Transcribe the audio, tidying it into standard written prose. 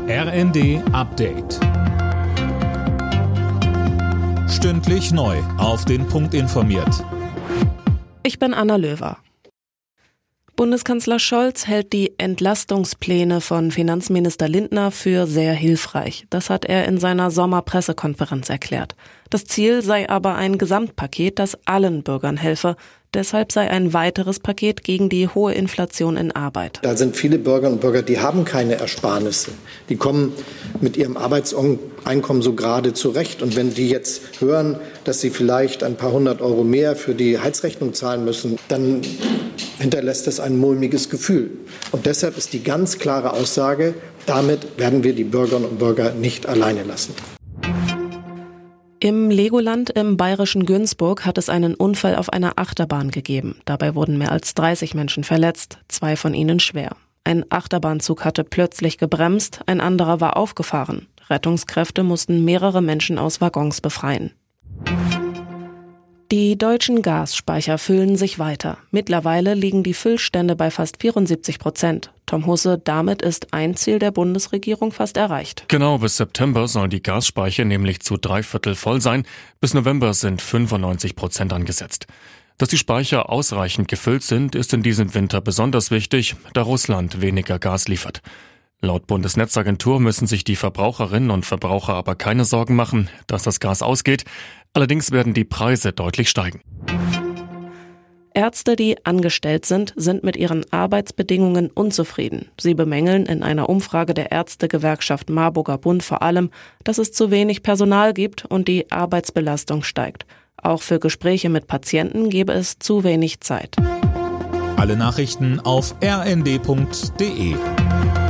RND Update. Stündlich neu auf den Punkt informiert. Ich bin Anna Löwer. Bundeskanzler Scholz hält die Entlastungspläne von Finanzminister Lindner für sehr hilfreich. Das hat er in seiner Sommerpressekonferenz erklärt. Das Ziel sei aber ein Gesamtpaket, das allen Bürgern helfe. Deshalb sei ein weiteres Paket gegen die hohe Inflation in Arbeit. Da sind viele Bürgerinnen und Bürger, die haben keine Ersparnisse. Die kommen mit ihrem Arbeitseinkommen so gerade zurecht. Und wenn die jetzt hören, dass sie vielleicht ein paar 100 Euro mehr für die Heizrechnung zahlen müssen, dann hinterlässt das ein mulmiges Gefühl. Und deshalb ist die ganz klare Aussage, damit werden wir die Bürgerinnen und Bürger nicht alleine lassen. Im Legoland im bayerischen Günzburg hat es einen Unfall auf einer Achterbahn gegeben. Dabei wurden mehr als 30 Menschen verletzt, 2 von ihnen schwer. Ein Achterbahnzug hatte plötzlich gebremst, ein anderer war aufgefahren. Rettungskräfte mussten mehrere Menschen aus Waggons befreien. Die deutschen Gasspeicher füllen sich weiter. Mittlerweile liegen die Füllstände bei fast 74%. Tom Husse, damit ist ein Ziel der Bundesregierung fast erreicht. Genau, bis September sollen die Gasspeicher nämlich zu 3/4 voll sein. Bis November sind 95% angesetzt. Dass die Speicher ausreichend gefüllt sind, ist in diesem Winter besonders wichtig, da Russland weniger Gas liefert. Laut Bundesnetzagentur müssen sich die Verbraucherinnen und Verbraucher aber keine Sorgen machen, dass das Gas ausgeht. Allerdings werden die Preise deutlich steigen. Ärzte, die angestellt sind mit ihren Arbeitsbedingungen unzufrieden. Sie bemängeln in einer Umfrage der Ärztegewerkschaft Marburger Bund vor allem, dass es zu wenig Personal gibt und die Arbeitsbelastung steigt. Auch für Gespräche mit Patienten gebe es zu wenig Zeit. Alle Nachrichten auf rnd.de.